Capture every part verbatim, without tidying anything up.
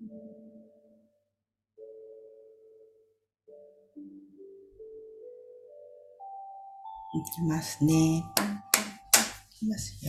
いきますね。いきますよ。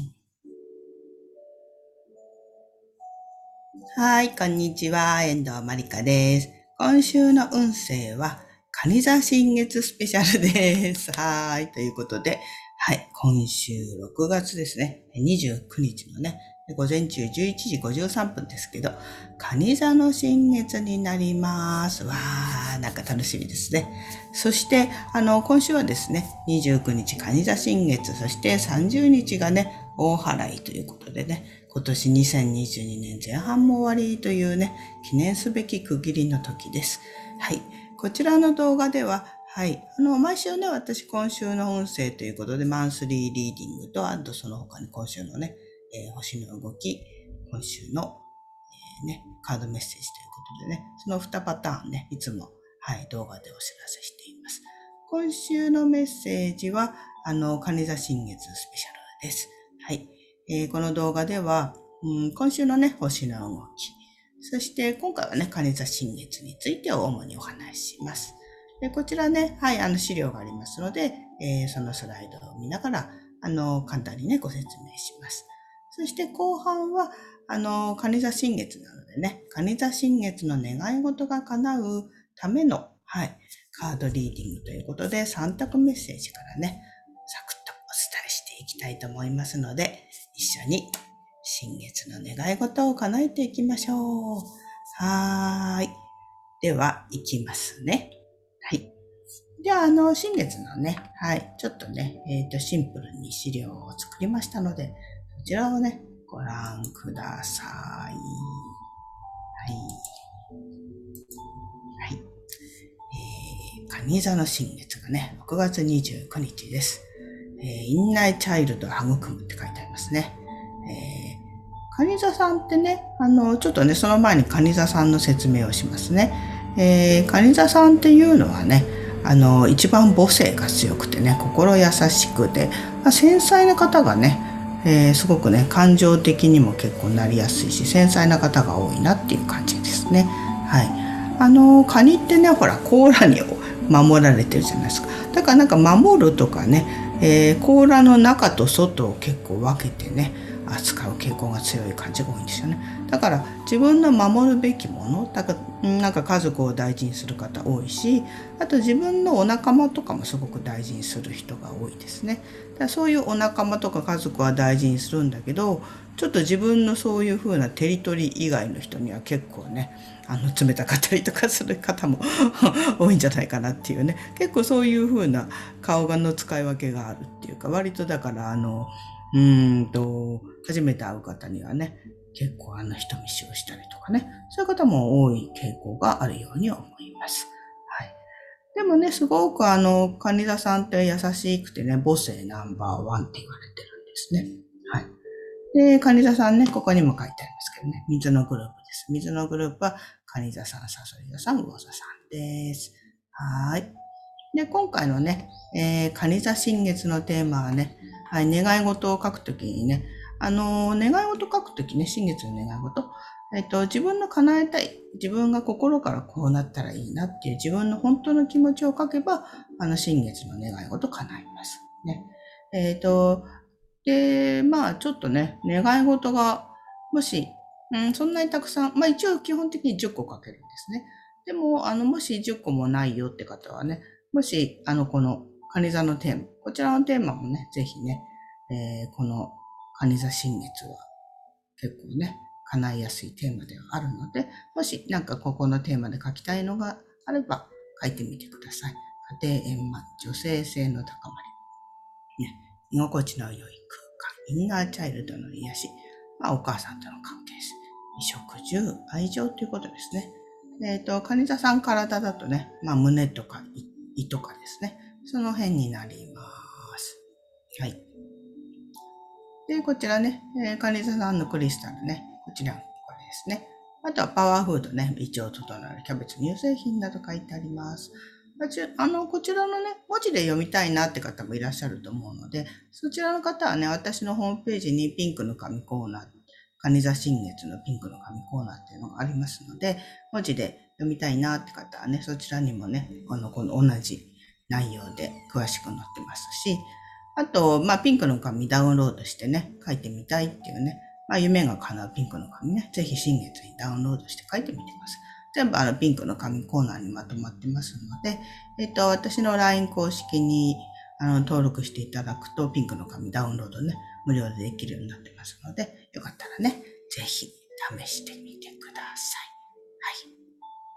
はい、こんにちは。遠藤まりかです。今週の運勢は、蟹座新月スペシャルです。はい、ということで、はい、今週ろくがつですね、にじゅうくにちのね、午前中じゅういちじごじゅうさんぷんですけど、蟹座の新月になります。わー、なんか楽しみですね。そして、あの、今週はですね、にじゅうくにち蟹座新月、そしてさんじゅうにちがね、大払いということでね、今年にせんにじゅうにねん前半も終わりというね、記念すべき区切りの時です。はい。こちらの動画では、はい。あの、毎週ね、私今週の運勢ということで、マンスリーリーディングと、あとその他に今週のね、えー星の動き、今週の、えーね、カードメッセージということでね、そのにパターンね、いつも、はい、動画でお知らせしています。今週のメッセージは、あの、蟹座新月スペシャルです。はい。えーこの動画では、うん、今週のね、星の動き、そして今回はね、蟹座新月についてを主にお話しします。でこちらね、はい、あの資料がありますので、えーそのスライドを見ながら、あの、簡単にね、ご説明します。そして後半は、あの、蟹座新月なのでね、蟹座新月の願い事が叶うための、はい、カードリーディングということで、さん択メッセージからね、サクッとお伝えしていきたいと思いますので、一緒に新月の願い事を叶えていきましょう。はーい。では、いきますね。はい。では、あの、新月のね、はい、ちょっとね、えっ、と、シンプルに資料を作りましたので、そちらをね、ご覧ください。はい。はい。えー、蟹座の新月がね、ろくがつにじゅうくにちです。えー、インナーチャイルドを育むって書いてありますね。えー、蟹座さんってね、あの、ちょっとね、その前に蟹座さんの説明をしますね。えー、蟹座さんっていうのはね、あの、一番母性が強くてね、心優しくて、まあ、繊細な方がね、えー、すごくね、感情的にも結構なりやすいし、繊細な方が多いなっていう感じですね。はい。あの、カニってね、ほら、甲羅に守られてるじゃないですか。だからなんか守るとかね、えー、甲羅の中と外を結構分けてね、扱う傾向が強い感じが多いんですよね。だから自分の守るべきもの、だからなんか家族を大事にする方多いし、あと自分のお仲間とかもすごく大事にする人が多いですね。だからそういうお仲間とか家族は大事にするんだけど、ちょっと自分のそういう風なテリトリー以外の人には結構ね、あの冷たかったりとかする方も多いんじゃないかなっていうね、結構そういう風な顔がの使い分けがあるっていうか、割とだからあのうーんと初めて会う方にはね、結構あの人見知りをしたりとかね、そういう方も多い傾向があるように思います。はい。でもね、すごくあの、蟹座さんって優しくてね、母性ナンバーワンって言われてるんですね。はい。で、蟹座さんね、ここにも書いてありますけどね、水のグループです。水のグループは、蟹座さん、サソリ座さん、魚座さんです。はい。で、今回のね、えー、蟹座新月のテーマはね、はい、願い事を書くときにね、あのー、願い事書くときね、新月の願い事、えっと、自分の叶えたい、自分が心からこうなったらいいなっていう自分の本当の気持ちを書けば、あの、新月の願い事叶います。ね。えっと、で、まあ、ちょっとね、願い事が、もし、うん、そんなにたくさん、まあ一応基本的にじゅっこ書けるんですね。でも、あの、もしじゅっこもないよって方はね、もし、あの、この、蟹座のテーマ、こちらのテーマもね、ぜひね、えーこの、蟹座新月は結構ね、叶いやすいテーマではあるので、もし、なんかここのテーマで書きたいのがあれば、書いてみてください。家庭円満、女性性の高まり、ね、居心地の良い空間、インナーチャイルドの癒し、まあ、お母さんとの関係性、衣食住、愛情ということですね。えっ、と、蟹座さん体だとね、まあ、胸とか胃とかですね。その辺になります。はい。で、こちらね、えー、蟹座さんのクリスタルね、こちら、これですね。あとはパワーフードね、胃腸を整えるキャベツ乳製品など書いてあります。あの、こちらのね、文字で読みたいなって方もいらっしゃると思うので、そちらの方はね、私のホームページにピンクの紙コーナー、 蟹座新月のピンクの紙コーナーっていうのがありますので、文字で読みたいなって方はね、そちらにもね、この、この同じ内容で詳しく載ってますし、あと、まあ、ピンクの紙ダウンロードしてね、書いてみたいっていうね、まあ、夢が叶うピンクの紙ね、ぜひ新月にダウンロードして書いてみてください。全部あのピンクの紙コーナーにまとまってますので、えっと、私の ライン 公式にあの登録していただくと、ピンクの紙ダウンロードね、無料でできるようになってますので、よかったらね、ぜひ試してみてください。はい。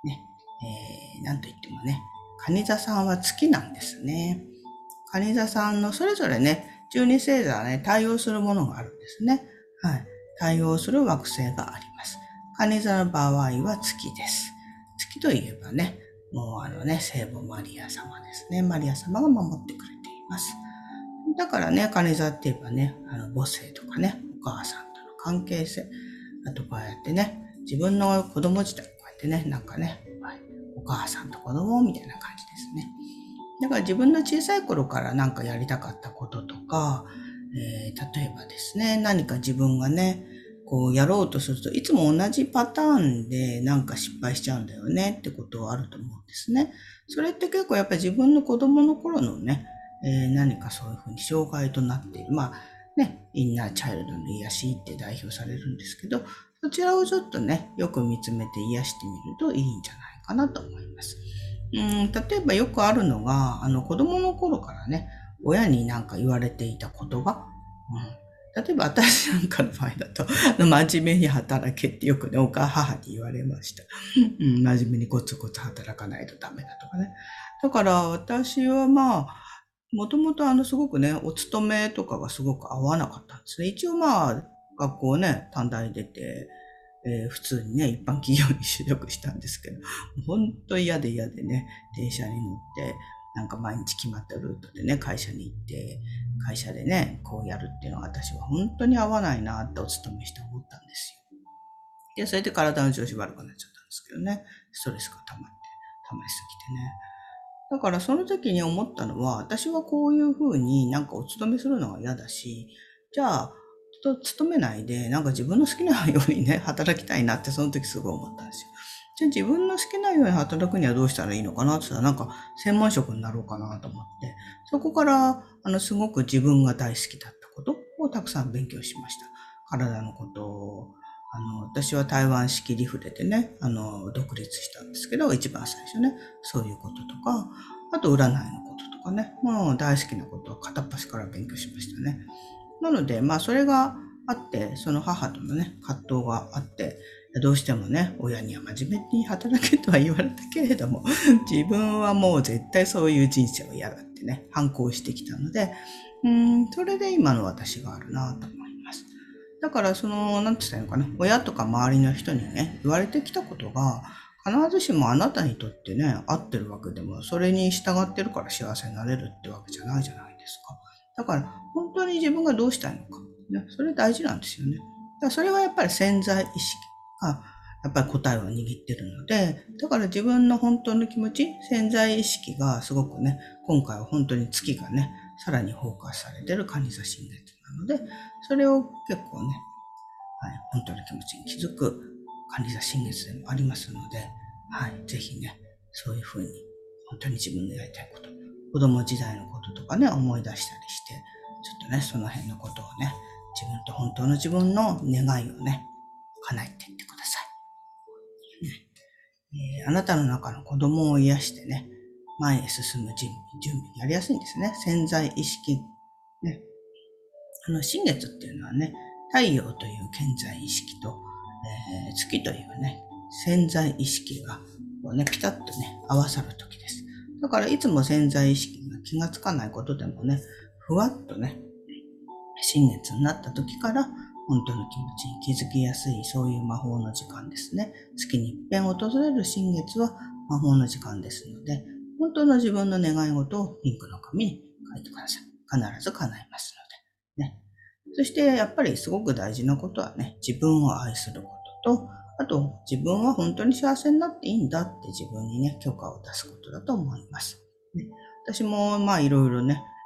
ね、えー、なんといってもね、蟹座さんは月なんですね。蟹座さんのそれぞれね、じゅうに星座はね、対応するものがあるんですね。はい。対応する惑星があります。蟹座の場合は月です。月といえばね、もうあのね、聖母マリア様ですね。マリア様が守ってくれています。だからね、蟹座って言えばね、あの母性とかね、お母さんとの関係性、あとこうやってね、自分の子供自体こうやってね、なんかね、お母さんと子供みたいな感じですね。だから自分の小さい頃からなんかやりたかったこととか、えー、例えばですね、何か自分がね、こうやろうとするといつも同じパターンでなんか失敗しちゃうんだよねってことはあると思うんですね。それって結構やっぱり自分の子供の頃のね、えー、何かそういうふうに障害となっている。まあね、インナーチャイルドの癒しって代表されるんですけど、そちらをちょっとね、よく見つめて癒してみるといいんじゃないかなと思います。うん、例えばよくあるのが、あの子供の頃からね、親になんか言われていた言葉。うん、例えば私なんかの場合だと、真面目に働けってよくね、お母母に言われました。うん、真面目にコツコツ働かないとダメだとかね。だから私はまあ、もともとあのすごくね、お勤めとかがすごく合わなかったんですね。一応まあ、学校ね、短大出て、えー、普通にね、一般企業に就職したんですけど、本当嫌で嫌でね、電車に乗って、なんか毎日決まったルートでね、会社に行って、会社でね、こうやるっていうのは私は本当に合わないなってお勤めして思ったんですよ。で、それで体の調子悪くなっちゃったんですけどね、ストレスが溜まって、溜まりすぎてね。だからその時に思ったのは、私はこういう風になんかお勤めするのが嫌だし、じゃあ、と勤めないで、なんか自分の好きなようにね、働きたいなってその時すごい思ったんですよ。じゃあ自分の好きなように働くにはどうしたらいいのかなって言ったら、なんか専門職になろうかなと思って、そこから、あの、すごく自分が大好きだったことをたくさん勉強しました。体のことを、あの、私は台湾式リフレでね、あの、独立したんですけど、一番最初ね、そういうこととか、あと占いのこととかね、もう大好きなことを片っ端から勉強しましたね。なので、まあそれがあって、その母とのね、葛藤があって、どうしてもね、親には真面目に働けとは言われたけれども、自分はもう絶対そういう人生を嫌だってね、反抗してきたので、うん、それで今の私があるなと思います。だからその、なんて言ったらいいのかな、親とか周りの人にね、言われてきたことが、必ずしもあなたにとってね、合ってるわけでも、それに従ってるから幸せになれるってわけじゃないじゃないですか。だから、本当に自分がどうしたいのか、ね、それ大事なんですよね。だからそれはやっぱり潜在意識が、やっぱり答えを握ってるので、だから自分の本当の気持ち、潜在意識がすごくね、今回は本当に月がね、さらにフォーカスされてる蟹座新月なので、それを結構ね、はい、本当の気持ちに気づく蟹座新月でもありますので、はい、ぜひね、そういうふうに、本当に自分のやりたいこと、子供時代のこととかね、思い出したりして、ちょっとね、その辺のことをね、自分と本当の自分の願いをね、叶えていってください。ねえーあなたの中の子供を癒してね、前へ進む準備、準備やりやすいんですね。潜在意識。ね、あの、新月っていうのはね、太陽という潜在意識と、えー月というね、潜在意識がこうね、ピタッとね、合わさる時です。だからいつも潜在意識が気がつかないことでもね、ふわっとね、新月になった時から本当の気持ちに気づきやすい、そういう魔法の時間ですね。月に一遍訪れる新月は魔法の時間ですので、本当の自分の願い事をピンクの紙に書いてください。必ず叶いますので。ね。そしてやっぱりすごく大事なことはね、自分を愛することと、あと自分は本当に幸せになっていいんだって自分にね、許可を出すことだと思います。ね、私もまあいろいろね、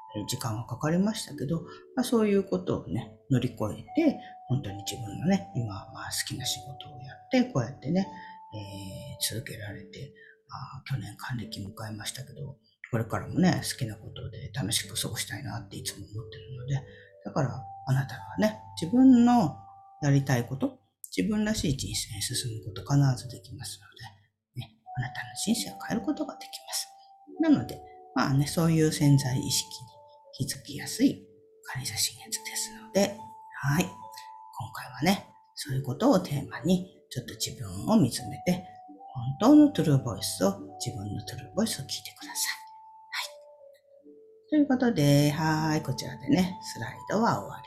時間がかかりましたけど、まあ、そういうことをね、乗り越えて、本当に自分のね、今はまあ好きな仕事をやって、こうやってね、えー、続けられて、まあ、去年還暦迎えましたけど、これからもね、好きなことで楽しく過ごしたいなっていつも思ってるので、だからあなたはね、自分のやりたいこと、自分らしい人生に進むこと必ずできますので、ね、あなたの人生を変えることができます。なので、まあね、そういう潜在意識に気づきやすい蟹座新月ですので、はい。今回はね、そういうことをテーマに、ちょっと自分を見つめて、本当のトゥルーボイスを、自分のトゥルーボイスを聞いてください。はい。ということで、はい、こちらでね、スライドは終わり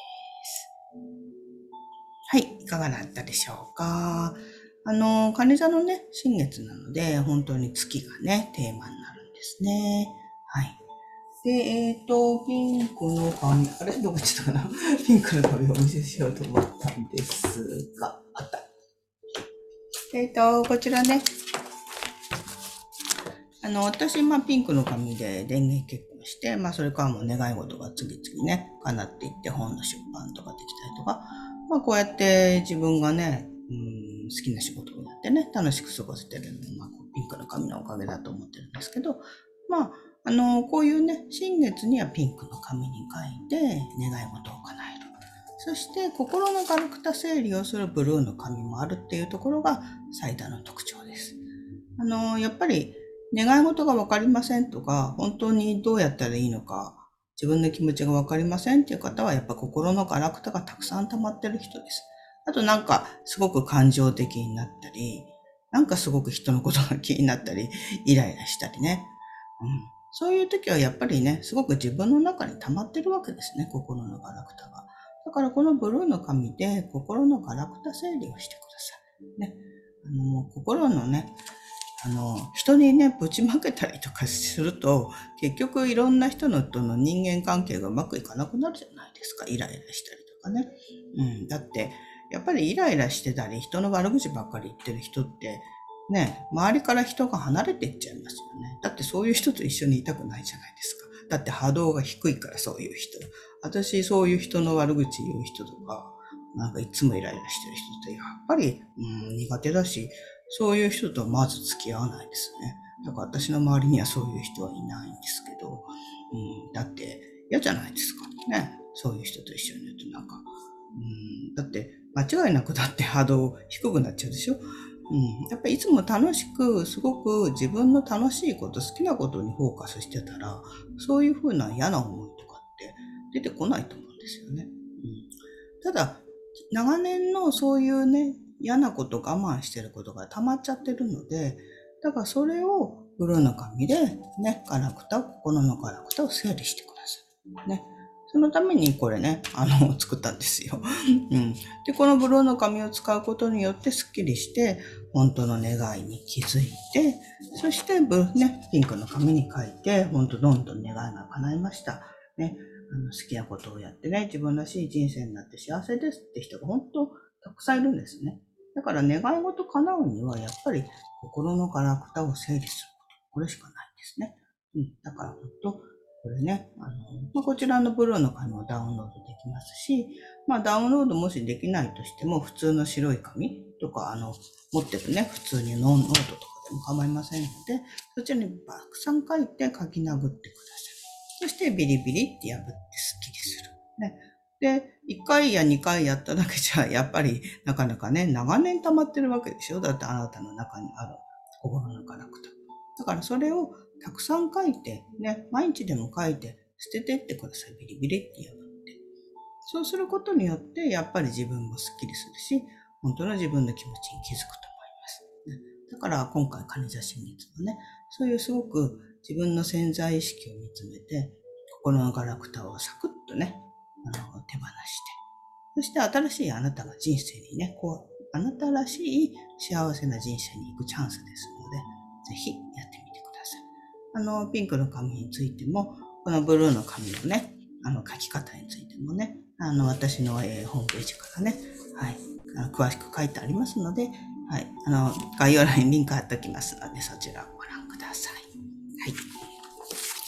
です。はい、いかがだったでしょうか。あの、蟹座のね、新月なので、本当に月がね、テーマになるんですね。はい。で、えっ、ー、と、ピンクの紙、あれどこ行っちゃったかなピンクの紙をお見せしようと思ったんですが、あった。えっ、ー、と、こちらね、あの、私、まあ、ピンクの紙で電源結婚して、まあ、それからも願い事が次々ね、叶っていって本の出版とかできたりとか、まあ、こうやって自分がね、うん、好きな仕事をやってね、楽しく過ごせてるのも、まあ、ピンクの紙のおかげだと思ってるんですけど、まあ、あの、こういうね、新月にはピンクの紙に書いて願い事を叶える。そして心のガラクタ整理をするブルーの紙もあるっていうところが最大の特徴です。あの、やっぱり願い事がわかりませんとか、本当にどうやったらいいのか、自分の気持ちがわかりませんっていう方はやっぱ心のガラクタがたくさん溜まってる人です。あとなんかすごく感情的になったり、なんかすごく人のことが気になったり、イライラしたりね。うん、そういう時はやっぱりね、すごく自分の中に溜まってるわけですね、心のガラクタが。だからこのブルーの紙で心のガラクタ整理をしてください。ね。あの、心のね、あの、人にね、ぶちまけたりとかすると、結局いろんな人のとの人間関係がうまくいかなくなるじゃないですか。イライラしたりとかね。うん。だって、やっぱりイライラしてたり、人の悪口ばっかり言ってる人って、ね、周りから人が離れていっちゃいますよね。だってそういう人と一緒にいたくないじゃないですか。だって波動が低いからそういう人。私そういう人の悪口言う人とか、なんかいつもイライラしてる人ってやっぱり、うん、苦手だし、そういう人とはまず付き合わないですね。だから私の周りにはそういう人はいないんですけど、うん、だって嫌じゃないですかね。そういう人と一緒にいるとなんか、うん、だって間違いなくだって波動低くなっちゃうでしょ。うん、やっぱりいつも楽しく、すごく自分の楽しいこと、好きなことにフォーカスしてたら、そういうふうな嫌な思いとかって出てこないと思うんですよね。うん、ただ、長年のそういうね、嫌なこと我慢してることが溜まっちゃってるので、だからそれをブルーの紙でね、ガラクタ、心のガラクタを整理してください。ね。そのためにこれね、あの、作ったんですよ。うん。で、このブルーの紙を使うことによってスッキリして、本当の願いに気づいて、そしてブ、ね、ピンクの紙に書いて、本当どんどん願いが叶いました。ね。あの好きなことをやってね、自分らしい人生になって幸せですって人が本当たくさんいるんですね。だから願い事叶うには、やっぱり心のガラクタを整理すること。これしかないんですね。うん。だから本当、これね、あの、まあ、こちらのブルーの紙をダウンロードできますし、まあダウンロードもしできないとしても、普通の白い紙とか、あの、持ってるね、普通にノートとかでも構いませんので、そちらにたくさん書いて書き殴ってください。そしてビリビリって破ってスッキリする。ね。で、いっかいやにかいやっただけじゃ、やっぱりなかなかね、長年溜まってるわけでしょ。だってあなたの中にある心のガラクタ。だからそれをたくさん書いて、ね、毎日でも書いて捨ててってください。ビリビリって破って。そうすることによって、やっぱり自分もスッキリするし、本当の自分の気持ちに気づくと思います。ね、だから今回、蟹座新月はね、そういうすごく自分の潜在意識を見つめて、心のガラクタをサクッとね、あの手放して、そして新しいあなたが人生にね、こう、あなたらしい幸せな人生に行くチャンスですので、ぜひやってみてください。あの、ピンクの紙についても、このブルーの紙のね、あの、書き方についてもね、あの、私の、えー、ホームページからね、はい、詳しく書いてありますので、はい、あの、概要欄にリンク貼っておきますので、そちらをご覧ください。はい。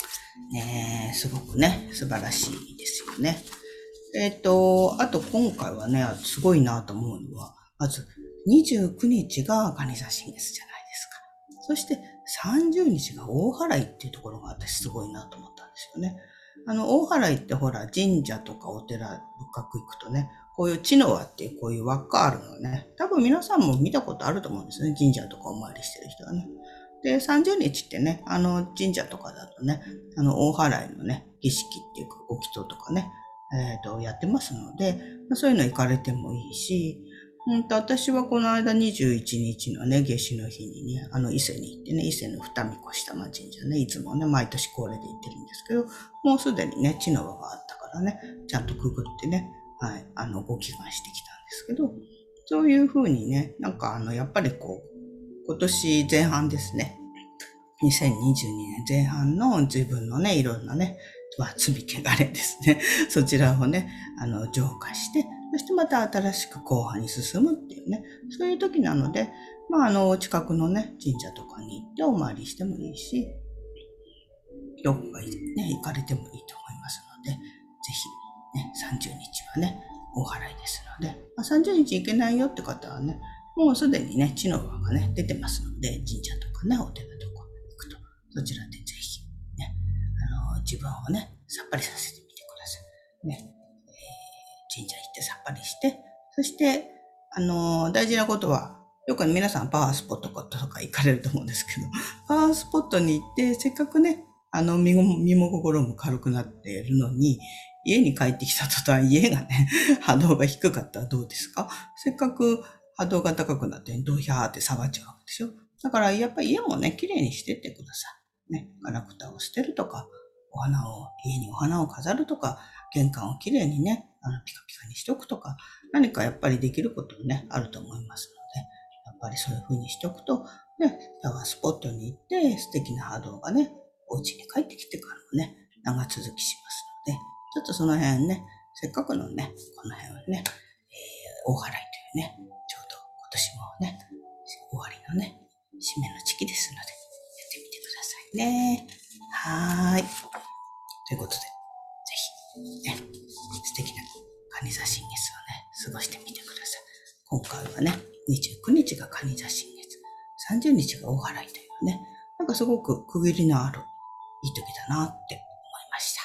ね、すごくね、素晴らしいですよね。えっと、あと今回はね、すごいなと思うのは、まずにじゅうくにちが蟹座新月じゃないですか。そしてさんじゅうにちが大祓いっていうところが私すごいなと思ったんですよね。あの、大祓いってほら、神社とかお寺、仏閣行くとね、こういう地の輪っていうこういう輪っかあるのね。多分皆さんも見たことあると思うんですね。神社とかお参りしてる人はね。で、さんじゅうにちってね、あの、神社とかだとね、あの、大祓いのね、儀式っていうか、ご祈祷とかね、えっと、やってますので、そういうの行かれてもいいし、うんと、私はこの間にじゅういちにちのね、夏至の日にね、あの、伊勢に行ってね、伊勢の二見越玉神社ね、いつもね、毎年恒例で行ってるんですけど、もうすでにね、地の輪があったからね、ちゃんとくぐってね、はい、あの、ご祈願してきたんですけど、そういうふうにね、なんかあの、やっぱりこう、今年前半ですね。にせんにじゅうにねんぜん半の自分のね、いろんなね、まあ、積み汚れですね。そちらをね、あの、浄化して、そしてまた新しく後半に進むっていうね、そういう時なので、まあ、あの、近くのね、神社とかに行ってお参りしてもいいし、どこかね、行かれてもいいと思いますので、ぜひ、ね、さんじゅうにちはね、大祓いですので、まあ、さんじゅうにち行けないよって方はね、もうすでにね、地の輪がね、出てますので、神社とかね、お寺とか行くと、そちらでぜひ、ね、あの、自分をね、さっぱりさせてみてください。ね、えー、神社行ってさっぱりして、そして、あの、大事なことは、よく皆さんパワースポットとか行かれると思うんですけど、パワースポットに行って、せっかくね、あの、身も、身も心も軽くなっているのに、家に帰ってきた途端、家がね、波動が低かったらどうですか？せっかく波動が高くなって、ドヒャーって下がっちゃうわけでしょ？だから、やっぱり家もね、綺麗にしてってください。ね、ガラクタを捨てるとか、お花を、家にお花を飾るとか、玄関を綺麗にね、あの、ピカピカにしておくとか、何かやっぱりできることね、あると思いますので、やっぱりそういう風にしておくと、ね、パワースポットに行って素敵な波動がね、お家に帰ってきてからもね、長続きしますので、ちょっとその辺ね、せっかくのね、この辺はね、えー、大祓いというね、ちょうど今年もね、終わりのね、締めの時期ですので、やってみてくださいね。はーい。ということで、ぜひ、ね、素敵な蟹座新月をね、過ごしてみてください。今回はね、にじゅうくにちが蟹座新月、さんじゅうにちが大祓いというね、なんかすごく区切りのあるいい時だなって思いました。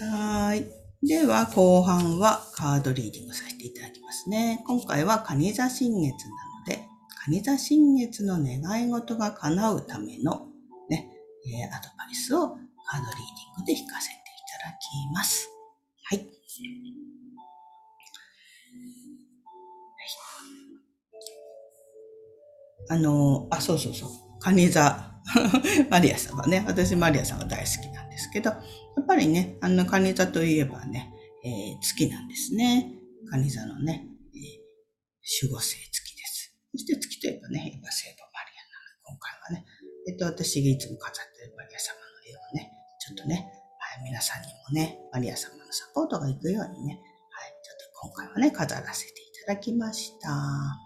はい。はい。では、後半はカードリーディングさせていただきますね。今回は蟹座新月なので、蟹座新月の願い事が叶うためのね、えー、アドバイスをカードリーディングで引かせていただきます。はい。あの、あ、そうそうそう。蟹座。マリア様ね。私マリア様大好きなんですけど、やっぱりね、あの、蟹座といえばね、えー、月なんですね。蟹座のね、えー、守護星月です。そして月といえばね、やっぱ聖母マリアなので、今回はね、えっと、私がいつも飾ってるマリア様の絵をね、ちょっとね、はい、皆さんにもね、マリア様のサポートがいくようにね、はい、ちょっと今回はね、飾らせていただきました。はい。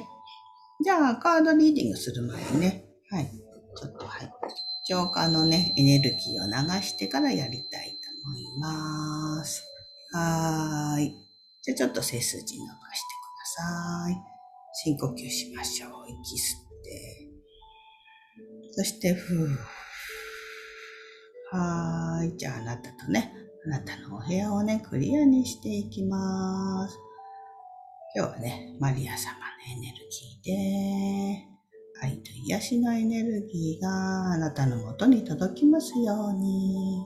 じゃあ、カードリーディングする前にね、はい、ちょっとはい、浄化のね、エネルギーを流してからやりたいと思います。はーい。じゃあちょっと背筋伸ばしてください。深呼吸しましょう。息吸って。そして、ふー。はーい。じゃああなたとね、あなたのお部屋をね、クリアにしていきます。今日はね、マリア様のエネルギーで、愛と癒しのエネルギーがあなたのもとに届きますように。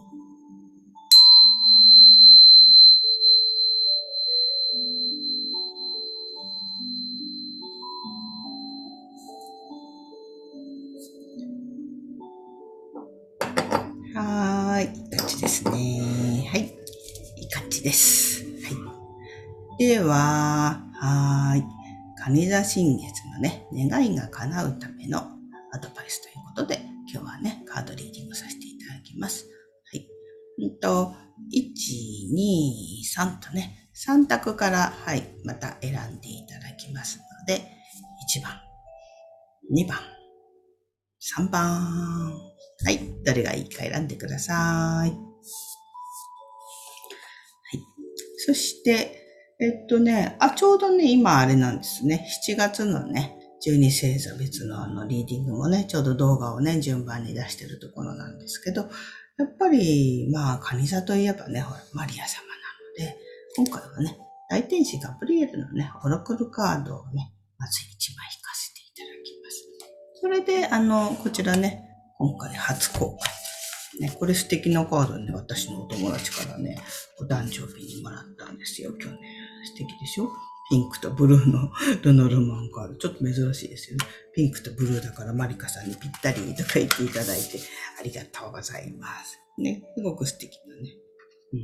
はーい。いい感じですね。はい。いい感じです。はい。では、はーい。蟹座新月のね、願いが叶うためのアドバイスということで、今日はね、カードリーディングさせていただきます。はい。うんと、いち、に、さんとね、さん択から、はい、また選んでいただきますので、いちばん、にばん、さんばん、 はい。どれがいいか選んでください。はい。そして、えっとね、あ、ちょうどね、今あれなんですね。しちがつのね、じゅうに星座別のあのリーディングもね、ちょうど動画をね、順番に出してるところなんですけど、やっぱり、まあ、蟹座といえばね、ほら、マリア様なので、今回はね、大天使ガブリエルのね、オラクルカードをね、まずいちまい引かせていただきます。それで、あの、こちらね、今回初公開。ね、これ素敵なカードね、私のお友達からね、お誕生日にもらったんですよ、去年。素敵でしょ？ピンクとブルーのルノルマンカード。ちょっと珍しいですよね。ピンクとブルーだからマリカさんにぴったりとか言っていただいてありがとうございます。ね、すごく素敵なね、うん、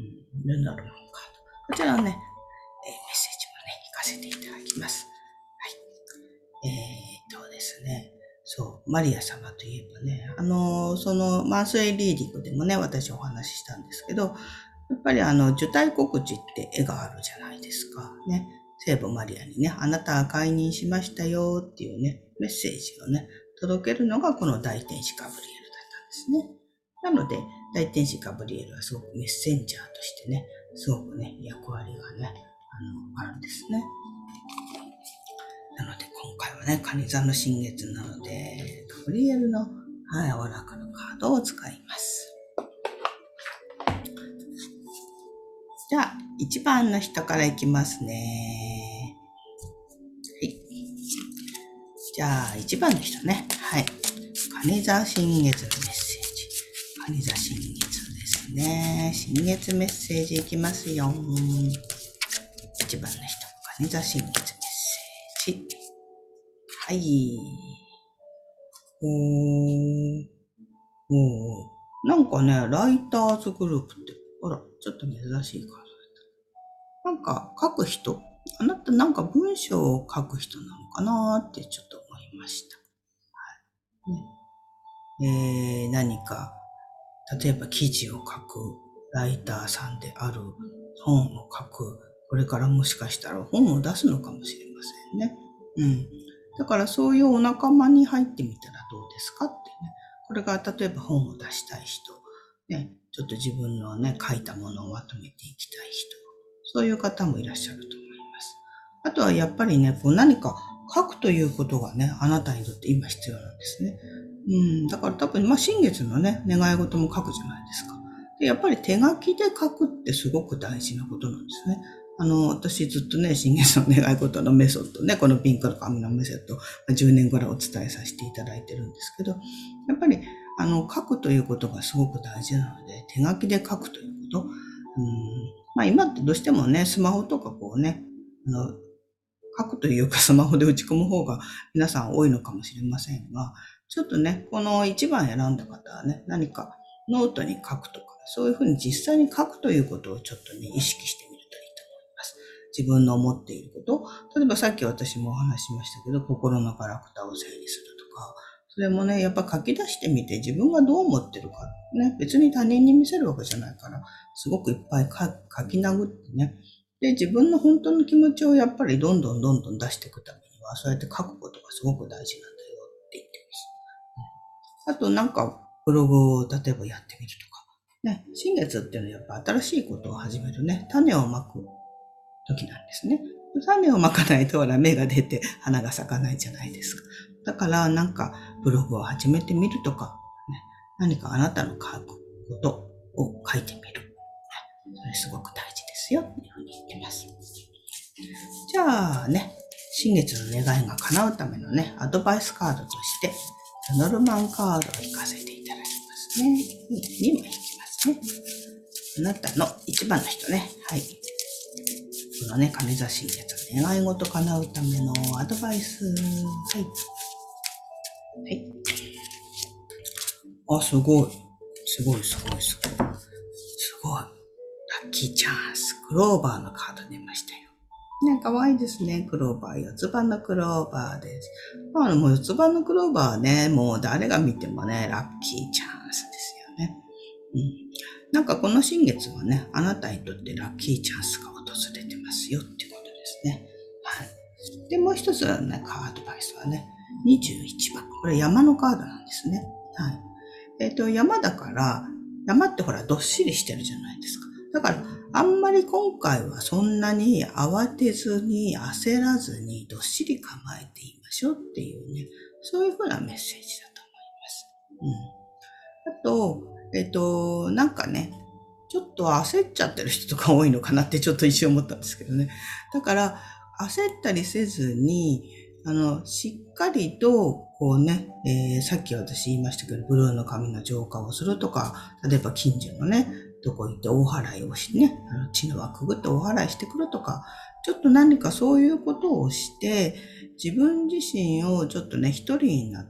ルノルマンカード。こちらはね、えーメッセージもね、聞かせていただきます。はい。えーっとですね、そう、マリア様といえばね、あの、そのマンスリーリーディングでもね、私お話ししたんですけど、やっぱりあの、受胎告知って絵があるじゃないですか。ね。聖母マリアにね、あなたは解任しましたよっていうね、メッセージをね、届けるのがこの大天使ガブリエルだったんですね。なので、大天使ガブリエルはすごくメッセンジャーとしてね、すごくね、役割がね、あの、あるんですね。なので、今回はね、蟹座の新月なので、ガブリエルの、はい、オラクルカードを使います。じゃあ、いちばんの人からいきますね。はい。じゃあ、いちばんの人ね。はい。蟹座新月のメッセージ。蟹座新月ですね。新月メッセージいきますよ。いちばんの人。蟹座新月メッセージ。はい。おー。おー。なんかね、ライターズグループって、あら、ちょっと珍しいカード。なんか書く人、あなたなんか文章を書く人なのかなってちょっと思いました。ね、えー、何か、例えば記事を書くライターさんである、本を書く、これからもしかしたら本を出すのかもしれませんね。うん。だからそういうお仲間に入ってみたらどうですかってね。これが例えば本を出したい人、ね、ちょっと自分のね、書いたものをまとめていきたい人、そういう方もいらっしゃると思います。あとはやっぱりね、こう何か書くということがね、あなたにとって今必要なんですね。うん、だから多分、まあ、新月のね、願い事も書くじゃないですか。で、やっぱり手書きで書くってすごく大事なことなんですね。あの、私ずっとね、新月の願い事のメソッドね、このピンクの紙のメソッド、じゅうねんぐらいお伝えさせていただいてるんですけど、やっぱり、あの、書くということがすごく大事なので、手書きで書くということ、うん、まあ今ってどうしてもね、スマホとかこうね、あの、書くというかスマホで打ち込む方が皆さん多いのかもしれませんが、ちょっとね、このいちばん選んだ方はね、何かノートに書くとか、そういうふうに実際に書くということをちょっとね、意識してみるといいと思います。自分の思っていること。例えばさっき私もお話ししましたけど、心のガラクタを整理するとか、それもね、やっぱ書き出してみて自分がどう思ってるか。ね、別に他人に見せるわけじゃないから、すごくいっぱい書き殴ってね、で、自分の本当の気持ちをやっぱりどんどんどんどん出していくためには、そうやって書くことがすごく大事なんだよって言ってます。あとなんか、ブログを例えばやってみるとか。ね、新月っていうのはやっぱ新しいことを始めるね、種をまく時なんですね。種をまかないとほら芽が出て花が咲かないじゃないですか。だからなんかブログを始めてみるとか、ね、何かあなたの書くことを書いてみる。それすごく大事ですよっていうふうに言ってます。じゃあね、新月の願いが叶うためのね、アドバイスカードとして、ノルマンカードを引かせていただきますね。にまい引きますね。あなたのいちばんの人ね。はい。このね、蟹座新月の願い事叶うためのアドバイス。はい。はい。あ、すごい。すごい、すごい、すごい。すごい。ラッキーチャンス。クローバーのカード出ましたよ。ね、かわいいですね。クローバー。四つ葉のクローバーです。まあ、もう四つ葉のクローバーはね、もう誰が見てもね、ラッキーチャンスですよね。うん。なんかこの新月はね、あなたにとってラッキーチャンスが訪れてますよってことですね。はい。で、もう一つのね、カードバイスはね、にじゅういちばん。これ山のカードなんですね。はい。 えっと、山だから、山ってほら、どっしりしてるじゃないですか。だから、あんまり今回はそんなに慌てずに、焦らずに、どっしり構えていましょうっていうね、そういうふうなメッセージだと思います。うん。あと、えっと、なんかね、ちょっと焦っちゃってる人とか多いのかなってちょっと一瞬思ったんですけどね。だから、焦ったりせずに、あの、しっかりと、こうね、えーさっき私言いましたけど、ブルーの紙の浄化をするとか、例えば近所のね、どこ行って大払いをしてね、あの血の輪くぐって大払いしてくるとか、ちょっと何かそういうことをして、自分自身をちょっとね、一人になって、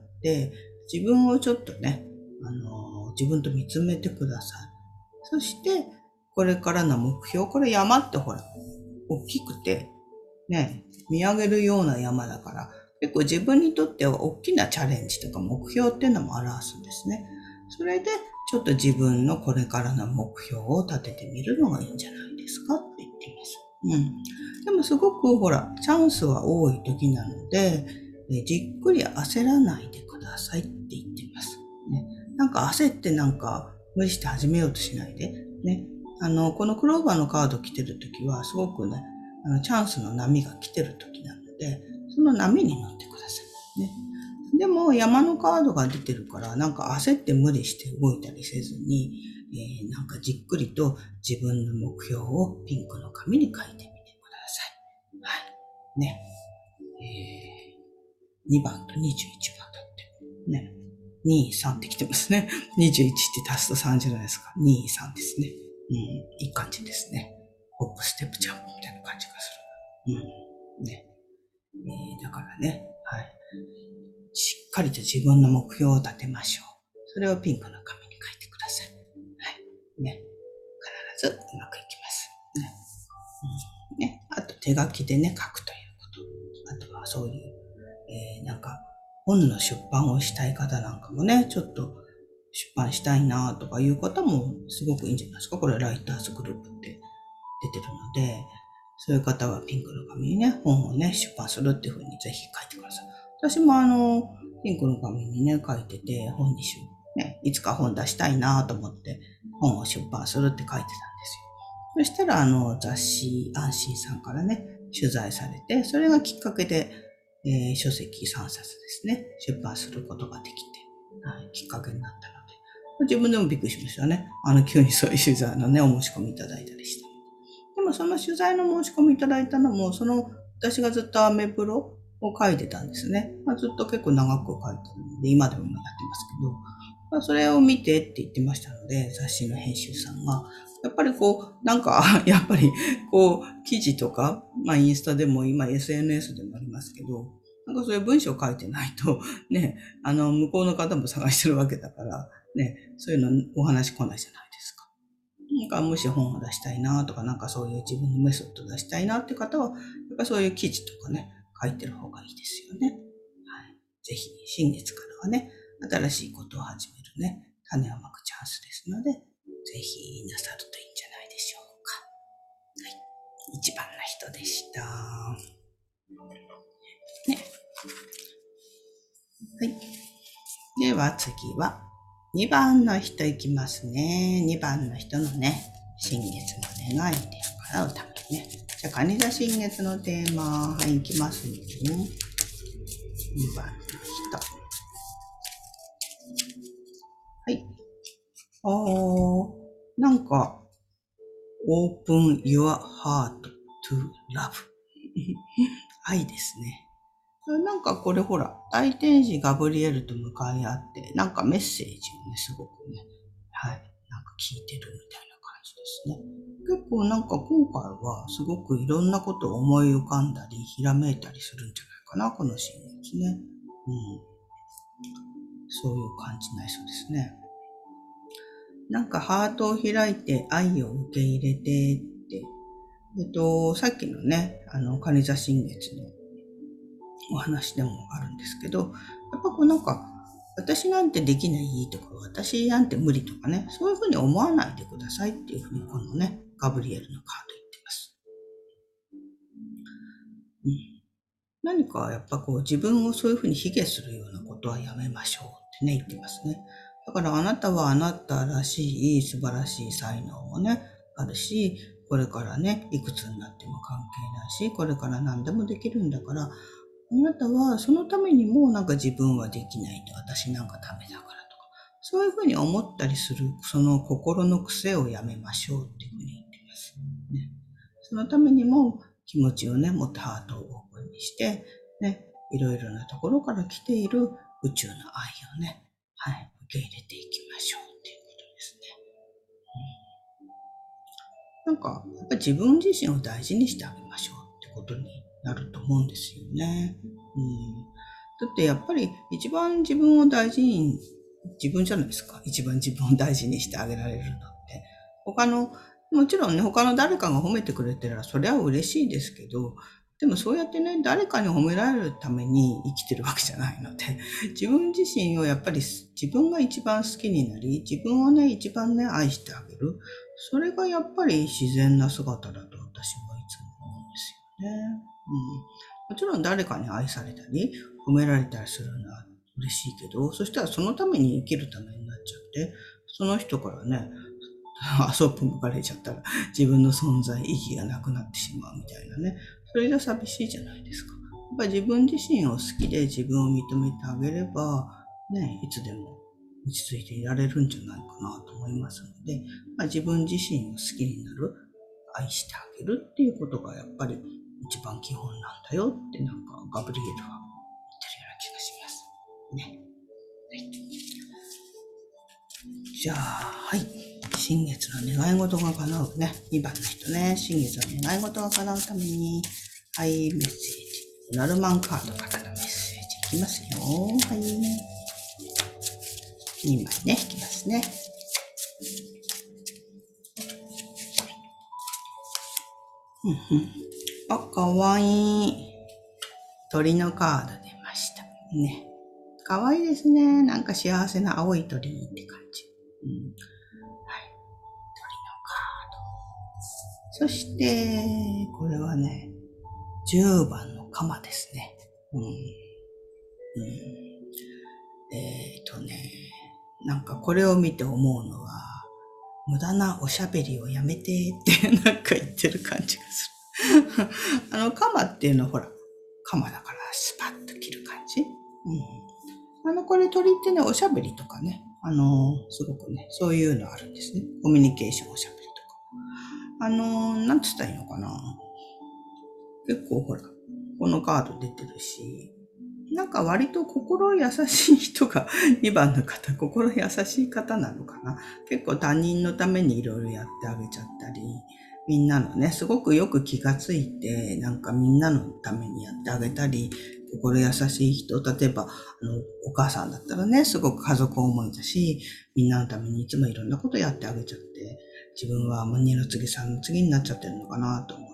自分をちょっとね、あの、自分と見つめてください。そして、これからの目標、これ山ってほら、大きくて、ね、見上げるような山だから、結構自分にとっては大きなチャレンジとか目標っていうのも表すんですね。それで、ちょっと自分のこれからの目標を立ててみるのがいいんじゃないですかって言っています。うん。でもすごくほら、チャンスは多い時なので、じっくり焦らないでくださいって言っています。ね、なんか焦ってなんか無理して始めようとしないで、ね。あの、このクローバーのカード来てる時はすごくね、あの、チャンスの波が来てる時なので、その波に乗ってください。ね。でも山のカードが出てるから、なんか焦って無理して動いたりせずに、えー、なんかじっくりと自分の目標をピンクの紙に書いてみてください。はい。ね。えー、にばんとにじゅういちばんだって。ね。に、さんって来てますね。にじゅういちって足すとさんじゅうじゃないですか。に、さんですね。うん、いい感じですね。ホップ、ステップ、ジャンプみたいな感じがする。うん。ね。えー、だからね、はい。しっかりと自分の目標を立てましょう。それをピンクの紙に書いてください。はい。ね。必ずうまくいきます。ね。うん、ね。あと手書きでね、書くということ。あとはそういう、えー、なんか、本の出版をしたい方なんかもね、ちょっと出版したいなとかいう方もすごくいいんじゃないですか。これライターズグループって出てるので、そういう方はピンクの紙にね、本をね、出版するっていうふうにぜひ書いてください。私もあの、ピンクの紙にね、書いてて、本にし、ね、いつか本出したいなと思って、本を出版するって書いてたんですよ。そしたら、あの、雑誌、安心さんからね、取材されて、それがきっかけで、えー、書籍さんさつですね、出版することができて、はい、きっかけになったので、自分でもびっくりしましたね。あの、急にそういう取材のね、お申し込みいただいたりして。でもその取材の申し込みいただいたのも、その、私がずっとアメブロを書いてたんですね。まあ、ずっと結構長く書いてるので、今でもやってますけど、まあ、それを見てって言ってましたので、雑誌の編集さんが、やっぱりこう、なんか、やっぱり、こう、記事とか、まあ、インスタでも今 エスエヌエス でもありますけど、なんかそういう文章を書いてないと、ね、あの、向こうの方も探してるわけだから、ね、そういうのお話来ないじゃないですか。なんかもし本を出したいなとか、なんかそういう自分のメソッドを出したいなって方は、やっぱそういう記事とかね、書いてる方がいいですよね。はい。ぜひ、新月からはね、新しいことを始めるね、種をまくチャンスですので、ぜひなさるといいんじゃないでしょうか。はい。一番の人でした。ね。はい。では次は、にばんの人いきますね。にばんの人のね、新月の願いっていうから歌うね。じゃあ、カニ座新月のテーマ、はい、いきますよ。にばんの人。はい。おー、なんか、open your heart to love 愛ですね。なんかこれほら、大天使ガブリエルと向かい合って、なんかメッセージをね、すごくね、はい、なんか聞いてるみたいな感じですね。結構なんか今回はすごくいろんなことを思い浮かんだり、ひらめいたりするんじゃないかな、このシーンですね。うん。そういう感じになりそうですね。なんかハートを開いて愛を受け入れてって、えっと、さっきのね、あの、カニ座新月のお話でもあるんですけど、やっぱこうなんか、私なんてできないとか、私なんて無理とかね、そういうふうに思わないでくださいっていうふうにこのね、ガブリエルのカード言ってます。うん、何かやっぱこう自分をそういうふうに卑下するようなことはやめましょうってね、言ってますね。 だからあなたはあなたらしい素晴らしい才能もね、あるし、これからね、いくつになっても関係ないし、これから何でもできるんだから、あなたはそのためにもなんか自分はできないと、私なんかダメだからとか、そういうふうに思ったりする、その心の癖をやめましょうっていうふうに言ってます。ね、そのためにも気持ちをね、もっとハートをオープンにして、ね、いろいろなところから来ている宇宙の愛をね、はい、受け入れていきましょうっていうことですね。うん、なんか、やっぱり自分自身を大事にしてあげましょうってことになると思うんですよね。うん、だってやっぱり一番自分を大事に、自分じゃないですか。一番自分を大事にしてあげられるのって。他の、もちろんね、他の誰かが褒めてくれてたらそれは嬉しいですけど、でもそうやってね、誰かに褒められるために生きてるわけじゃないので、自分自身をやっぱり自分が一番好きになり、自分をね、一番ね、愛してあげる。それがやっぱり自然な姿だと私はいつも思うんですよね。うん。もちろん誰かに愛されたり、褒められたりするのは嬉しいけど、そしたらそのために生きるためになっちゃって、その人からね、遊ぶ向かれちゃったら自分の存在意義がなくなってしまうみたいなね。それじゃ寂しいじゃないですか。やっぱり自分自身を好きで自分を認めてあげれば、ね、いつでも落ち着いていられるんじゃないかなと思いますので、まあ、自分自身を好きになる、愛してあげるっていうことがやっぱり一番基本なんだよってなんかガブリエルは言ってるような気がします。ね。はい、じゃあ、はい。新月の願い事が叶うね。にばんの人ね。新月の願い事が叶うために、はい、メッセージ。ノルマンカードからのメッセージいきますよ。はい。にまいね、いきますね。うんうん。あ、かわいい。鳥のカード出ました。ね。かわいいですね。なんか幸せな青い鳥って感じ。うん、はい。鳥のカード。そして、これはね、じゅうばんの鎌ですね。うん。うん、えっとね、なんかこれを見て思うのは、無駄なおしゃべりをやめてってなんか言ってる感じがする。あの、鎌っていうのはほら、鎌だからスパッと切る感じ。うん。あの、これ鳥ってね、おしゃべりとかね、あの、すごくね、そういうのあるんですね。コミュニケーションおしゃべりとか。あの、なんつったらいいのかな。結構ほら、このカード出てるし、なんか割と心優しい人がにばんの方、心優しい方なのかな。結構他人のためにいろいろやってあげちゃったり、みんなのね、すごくよく気がついて、なんかみんなのためにやってあげたり、心優しい人、例えば、あの、お母さんだったらね、すごく家族思いだし、みんなのためにいつもいろんなことやってあげちゃって、自分は二の次三の次になっちゃってるのかなと思って、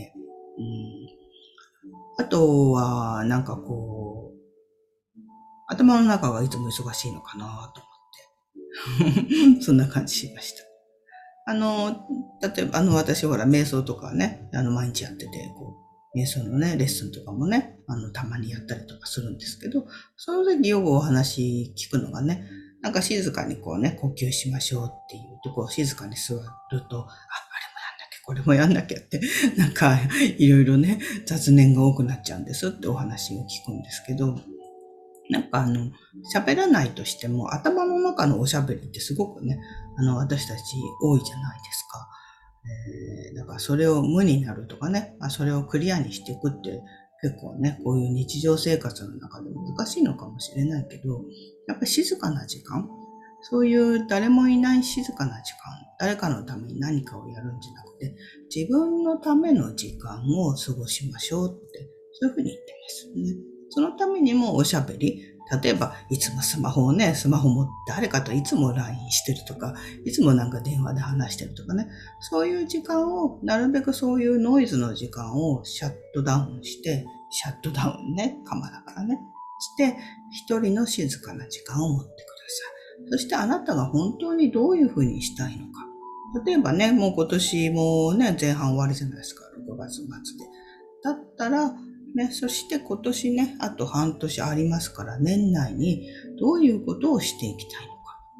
うん、あとは、なんかこう、頭の中がいつも忙しいのかなと思って。そんな感じしました。あの、例えば、あの、私ほら、瞑想とかね、あの、毎日やってて、こう、瞑想のね、レッスンとかもね、あの、たまにやったりとかするんですけど、その時よくお話聞くのがね、なんか静かにこうね、呼吸しましょうっていうと、こう静かに座ると、あ、あれもやんなきゃ、これもやんなきゃって、なんか、いろいろね、雑念が多くなっちゃうんですってお話を聞くんですけど、なんかあの、喋らないとしても、頭の中のおしゃべりってすごくね、あの、私たち多いじゃないですか。えー、だからそれを無になるとかね、まあ、それをクリアにしていくって結構ね、こういう日常生活の中で難しいのかもしれないけど、やっぱり静かな時間、そういう誰もいない静かな時間、誰かのために何かをやるんじゃなくて、自分のための時間を過ごしましょうって、そういうふうに言ってますね。そのためにもおしゃべり、例えばいつもスマホをね、スマホも誰かといつも ライン してるとか、いつもなんか電話で話してるとかね、そういう時間を、なるべくそういうノイズの時間をシャットダウンして、シャットダウンね、カマだからね、して、一人の静かな時間を持ってください。そしてあなたが本当にどういうふうにしたいのか。例えばね、もう今年もね、前半終わりじゃないですか、ろくがつ末で。だったら、ね、そして今年ね、あと半年ありますから、年内にどういうことをしていきたいのか。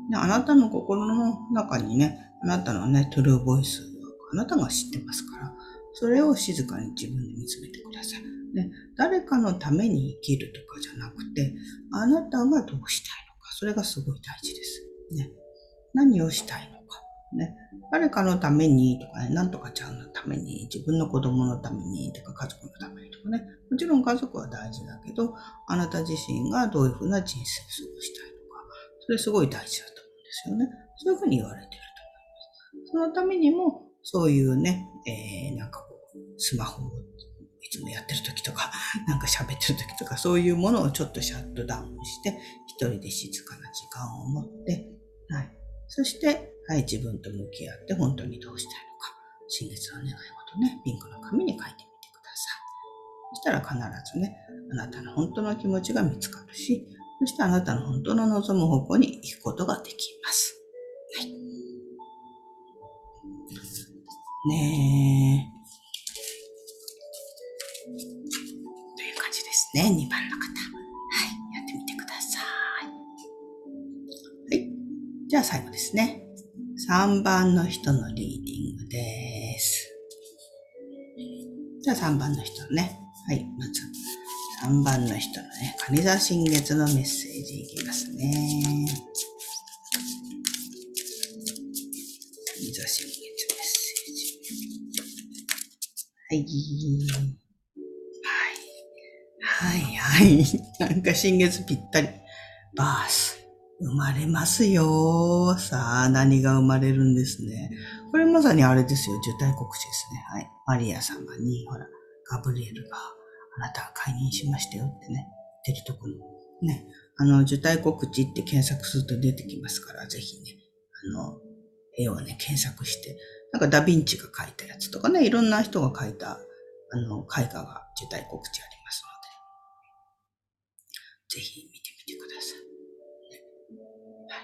ね、あなたの心の中にね、あなたのね、トゥルーボイス、あなたが知ってますから、それを静かに自分で見つめてください。ね、誰かのために生きるとかじゃなくて、あなたがどうしたいのか、それがすごい大事です。ね、何をしたいのか。ね、誰かのためにとかね、なんとかちゃんのために、自分の子供のためにとか、家族のためにとかね、もちろん家族は大事だけど、あなた自身がどういうふうな人生を過ごしたいのか、それすごい大事だと思うんですよね。そういうふうに言われていると思います。そのためにも、そういうね、えー、なんかこう、スマホをいつもやってる時とか、なんか喋ってる時とか、そういうものをちょっとシャットダウンして、一人で静かな時間を持って、はい。そして、はい、自分と向き合って本当にどうしたいのか、新月の願い事ね、ピンクの紙に書いてみてください。そしたら必ずね、あなたの本当の気持ちが見つかるし、そしてあなたの本当の望む方向に行くことができます。はい。ねえ。という感じですね、にばんの方。はい、やってみてください。はい。じゃあ最後ですね。さんばんの人のリーディングです。じゃあさんばんの人ね。はい、まずさんばんの人のね、蟹座新月のメッセージいきますね。蟹座新月メッセージ。はい。はい。はい、はい。なんか新月ぴったり。バース。生まれますよ。さあ、何が生まれるんですね。これまさにあれですよ。受胎告知ですね。はい。マリア様に、ほら、ガブリエルが、あなたは解任しましたよってね、言ってるところ。ね。あの、受胎告知って検索すると出てきますから、ぜひね、あの、絵をね、検索して、なんかダヴィンチが描いたやつとかね、いろんな人が描いた、あの、絵画が受胎告知ありますので、ぜひ見てみてください。はい、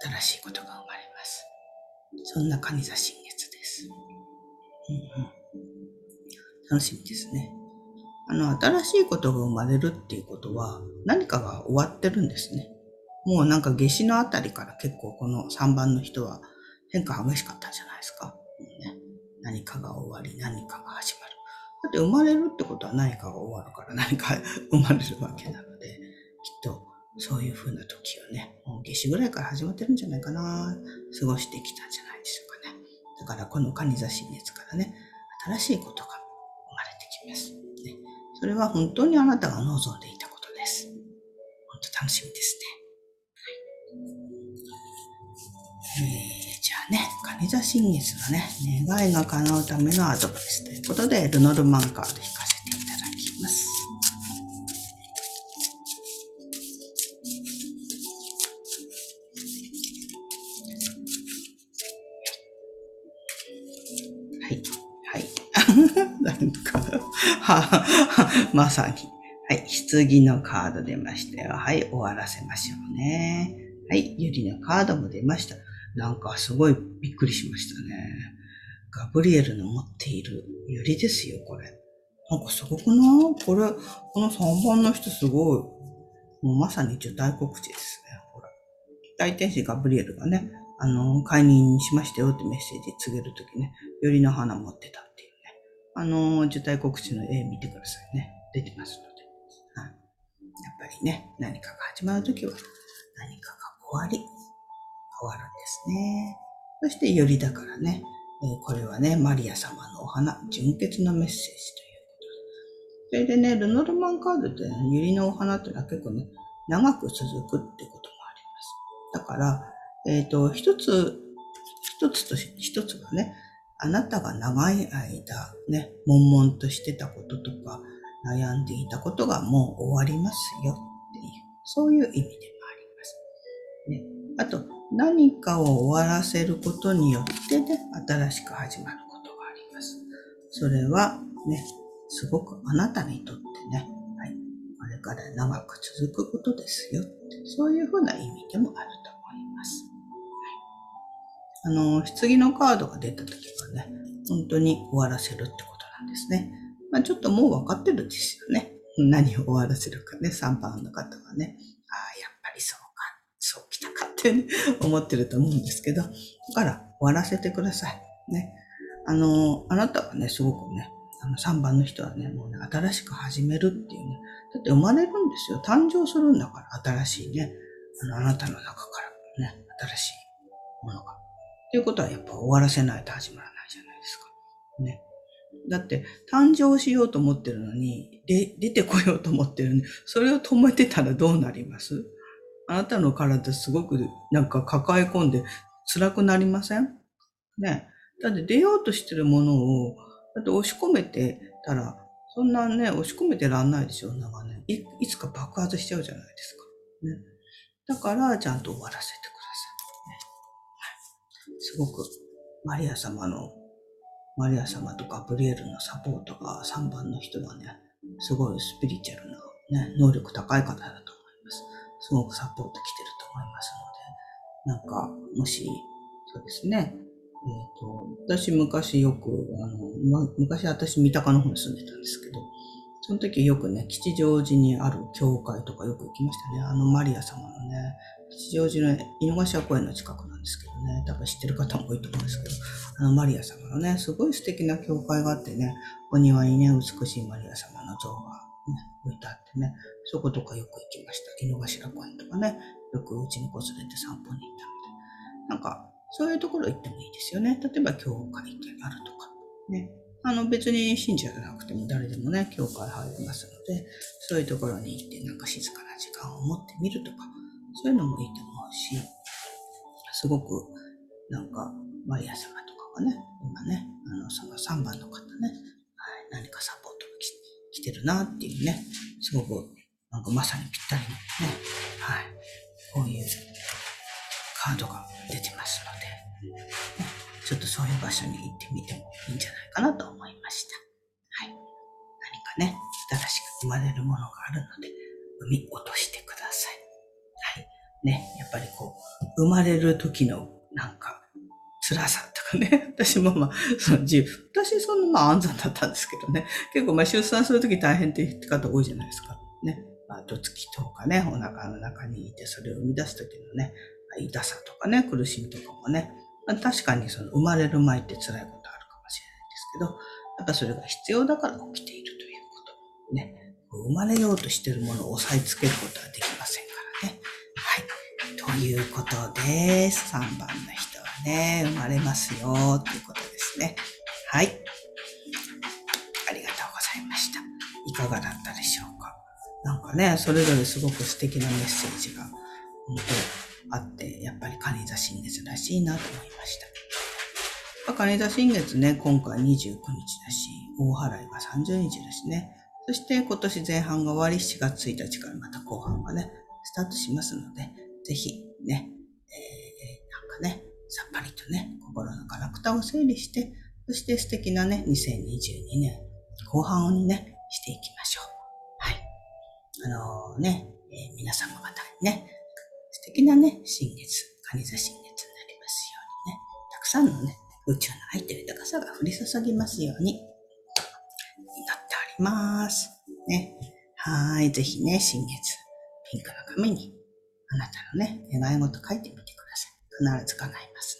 新しいことが生まれます。そんな蟹座新月です。うんうん、楽しみですね。あの、新しいことが生まれるっていうことは、何かが終わってるんですね。もうなんか夏至のあたりから結構このさんばんの人は変化激しかったんじゃないですか。ね、何かが終わり、何かが始まる。だって生まれるってことは何かが終わるから何か生まれるわけなので、きっとそういう風な時をね、もう夏至ぐらいから始まってるんじゃないかな、過ごしてきたんじゃないでしょうかね。だからこの蟹座新月からね、新しいことが生まれてきます。ね、それは本当にあなたが望んでいたことです。本当楽しみですね。えー、じゃあね、蟹座新月のね、願いが叶うためのアドバイスということで、ルノルマンカード引かせていただきます。はい。はい。なんか、は、まさに。はい。棺のカード出ましたよ。はい。終わらせましょうね。はい。ユリのカードも出ました。なんかすごいびっくりしましたね。ガブリエルの持っているユリですよ、これ。なんかすごくない？これ、このさんばんの人すごい。もうまさに受胎告知ですね。ほら。大天使ガブリエルがね、あの、解任しましたよってメッセージ告げるときね、ユリの花持ってたっていうね。あの、受胎告知の絵見てくださいね。出てますので。はい。やっぱりね、何かが始まるときは、何かが終わり、終わるんですね。そしてユリだからね、えー、これはね、マリア様のお花、純潔のメッセージということで。それでね、ルノルマンカードって、ね、ユリのお花ってのは結構ね、長く続くってこともあります。だから、えっと、一つ、一つと一つがね、あなたが長い間ね、悶々としてたこととか、悩んでいたことがもう終わりますよっていう、そういう意味でもあります。ね、あと、何かを終わらせることによってね、新しく始まることがあります。それはね、すごくあなたにとってね、はい、これから長く続くことですよ。そういうふうな意味でもあると思います。あの、棺のカードが出た時はね、本当に終わらせるってことなんですね。まあ、ちょっともう分かってるんですよね。何を終わらせるかね、さんばんの方はね。ああ、やっぱりそうか、そうきたかってってね、思ってると思うんですけど、だから終わらせてください。ね。あの、あなたはね、すごくね、あのさんばんの人はね、もうね、新しく始めるっていうね、だって生まれるんですよ。誕生するんだから、新しいね、あの、あなたの中からね、新しいものが。っていうことはやっぱ終わらせないと始まらないじゃないですか。ね。だって、誕生しようと思ってるのに、で、出てこようと思ってるのに、それを止めてたらどうなります？あなたの体すごくなんか抱え込んで辛くなりません？ね。だって出ようとしてるものを、だって押し込めてたら、そんなね、押し込めてらんないでしょ、長年。い、いつか爆発しちゃうじゃないですか。ね。だから、ちゃんと終わらせてください。ね、すごく、マリア様の、マリア様とガブリエルのサポートがさんばんの人はね、すごいスピリチュアルな、ね、能力高い方だと思います。すごくサポート来てると思いますので、なんか、もし、そうですね、えっと、私昔よく、あの、ま、昔私三鷹の方に住んでたんですけど、その時よくね、吉祥寺にある教会とかよく行きましたね。あのマリア様のね、吉祥寺の井の頭公園の近くなんですけどね、多分知ってる方も多いと思うんですけど、あのマリア様のね、すごい素敵な教会があってね、お庭にね、美しいマリア様の像がね、置いてあってね、そことかよく行きました。井の頭公園とかね、よくうちにこ連れて散歩に行ったので、なんか、そういうところ行ってもいいですよね。例えば教会ってあるとか、ね。あの別に信者じゃなくても誰でもね、教会入れますので、そういうところに行ってなんか静かな時間を持ってみるとか、そういうのもいいと思うし、すごくなんかマリア様とかがね、今ね、あのそのさんばんの方ね、はい、何かサポートが来てるなっていうね、すごくなんかまさにぴったりのね、はい、こういうカードが出てますので、ちょっとそういう場所に行ってみてもいいんじゃないかなと思いました。はい。何かね、新しく生まれるものがあるので、産み落としてください。はい。ね、やっぱりこう、生まれる時のなんか、辛さとかね、私もまあ、その自由、私そんなまあ安産だったんですけどね、結構まあ出産するとき大変って方多いじゃないですか。ね。まあ、どつきとかね、お腹の中にいて、それを生み出すときのね、痛さとかね、苦しみとかもね、確かにその生まれる前って辛いことあるかもしれないですけど、やっぱそれが必要だから起きているということ。ね。生まれようとしているものを押さえつけることはできませんからね。はい。ということで、さんばんの人はね、生まれますよ、ということですね。はい。ありがとうございました。いかがだったでしょうか。なんかね、それぞれすごく素敵なメッセージが、本当あって、やっぱり蟹座新月らしいなと思いました。蟹座新月ね、今回にじゅうくにちだし、大払いがさんじゅうにちですね。そして今年前半が終わり、しがつついたちからまた後半がね、スタートしますので、ぜひね、えー、なんかね、さっぱりとね、心のガラクタを整理して、そして素敵なね、にせんにじゅうにねん後半にね、していきましょう。はい。あのー、ね、えー、皆様方にね、素敵なね、新月、蟹座新月になりますようにね、たくさんのね、宇宙の愛と豊かさが降り注ぎますように、祈っております。ね。はい。ぜひね、新月、ピンクの紙に、あなたのね、願い事書いてみてください。必ず叶います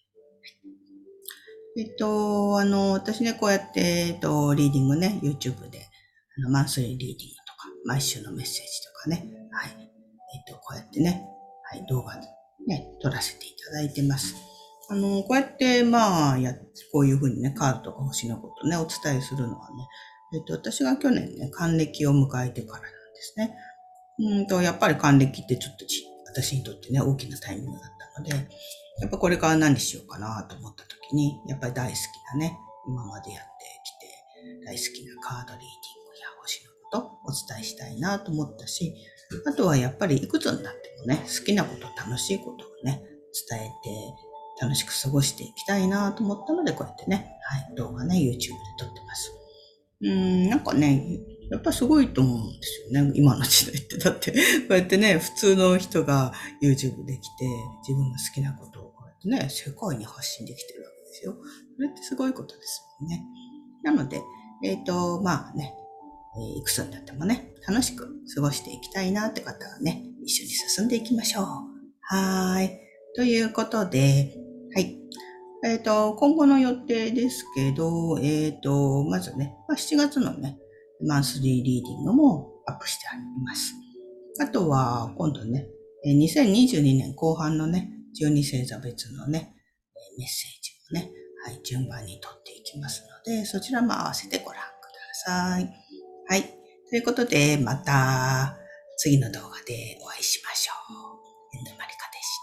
ので。えっと、あの、私ね、こうやって、えっと、リーディングね、YouTube で、あの、マンスリーリーディングとか、毎週のメッセージとかね、はい。えっと、こうやってね、はい、動画でね、撮らせていただいてます。あの、こうやって、まあ、や、こういうふうにね、カードとか星のことね、お伝えするのはね、えっと、私が去年ね、還暦を迎えてからなんですね。うんと、やっぱり還暦ってちょっとち、私にとってね、大きなタイミングだったので、やっぱこれから何しようかなと思った時に、やっぱり大好きなね、今までやってきて、大好きなカードリーディングや星のことお伝えしたいなと思ったし、あとはやっぱりいくつになってもね、好きなこと、楽しいことをね、伝えて、楽しく過ごしていきたいなと思ったので、こうやってね、はい、動画ね、YouTube で撮ってます。うーん、なんかね、やっぱすごいと思うんですよね、今の時代って。だって、こうやってね、普通の人が YouTube できて、自分の好きなことをこうやってね、世界に発信できてるわけですよ。それってすごいことですもんね。なので、えっと、まあね、えーいくつになってもね、楽しく過ごしていきたいなって方はね、一緒に進んでいきましょう。 はーい。ということで、はい。えっ、と、今後の予定ですけど、えっ、と、まずね、まあ、しちがつのね、マンスリーリーディングもアップしてあります。あとは、今度ね、にせんにじゅうにねん後半のね、じゅうに星座別のね、メッセージをね、はい、順番に取っていきますので、そちらも合わせてご覧ください。はい。ということで、また次の動画でお会いしましょう。エンドマリカでした。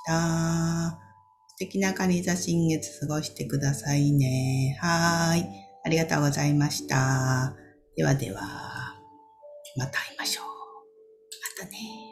素敵なカニ座新月過ごしてくださいね。はーい。ありがとうございました。ではでは、また会いましょう。またね。